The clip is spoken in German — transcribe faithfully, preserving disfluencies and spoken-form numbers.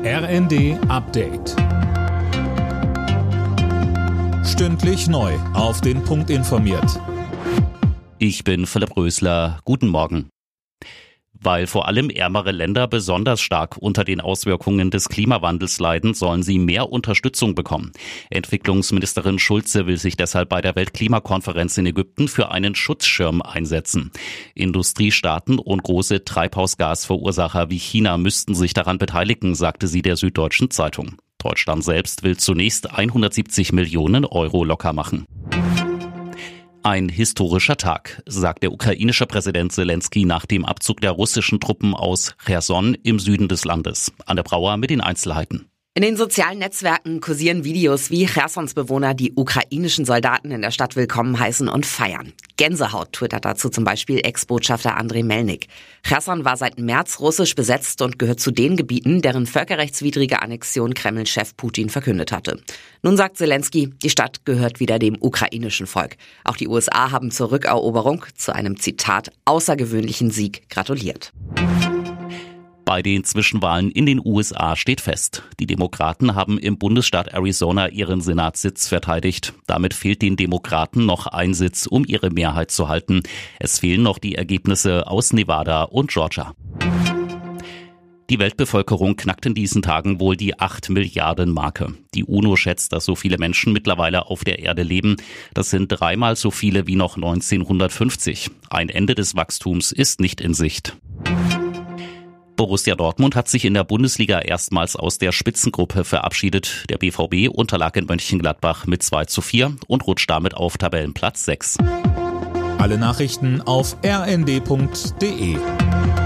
R N D Update. Stündlich neu auf den Punkt informiert. Ich bin Philipp Rösler. Guten Morgen. Weil vor allem ärmere Länder besonders stark unter den Auswirkungen des Klimawandels leiden, sollen sie mehr Unterstützung bekommen. Entwicklungsministerin Schulze will sich deshalb bei der Weltklimakonferenz in Ägypten für einen Schutzschirm einsetzen. Industriestaaten und große Treibhausgasverursacher wie China müssten sich daran beteiligen, sagte sie der Süddeutschen Zeitung. Deutschland selbst will zunächst hundertsiebzig Millionen Euro locker machen. Ein historischer Tag, sagt der ukrainische Präsident Selenskyj nach dem Abzug der russischen Truppen aus Cherson im Süden des Landes. Anne Brauer mit den Einzelheiten. In den sozialen Netzwerken kursieren Videos, wie Chersons Bewohner die ukrainischen Soldaten in der Stadt willkommen heißen und feiern. Gänsehaut twittert dazu zum Beispiel Ex-Botschafter Andrei Melnik. Cherson war seit März russisch besetzt und gehört zu den Gebieten, deren völkerrechtswidrige Annexion Kreml-Chef Putin verkündet hatte. Nun sagt Selenskyj, die Stadt gehört wieder dem ukrainischen Volk. Auch die U S A haben zur Rückeroberung, zu einem Zitat, außergewöhnlichen Sieg gratuliert. Bei den Zwischenwahlen in den U S A steht fest, die Demokraten haben im Bundesstaat Arizona ihren Senatssitz verteidigt. Damit fehlt den Demokraten noch ein Sitz, um ihre Mehrheit zu halten. Es fehlen noch die Ergebnisse aus Nevada und Georgia. Die Weltbevölkerung knackt in diesen Tagen wohl die acht Milliarden Marke. Die UNO schätzt, dass so viele Menschen mittlerweile auf der Erde leben. Das sind dreimal so viele wie noch neunzehnhundertfünfzig. Ein Ende des Wachstums ist nicht in Sicht. Borussia Dortmund hat sich in der Bundesliga erstmals aus der Spitzengruppe verabschiedet. Der B V B unterlag in Mönchengladbach mit zwei zu vier und rutscht damit auf Tabellenplatz sechs. Alle Nachrichten auf r n d punkt d e.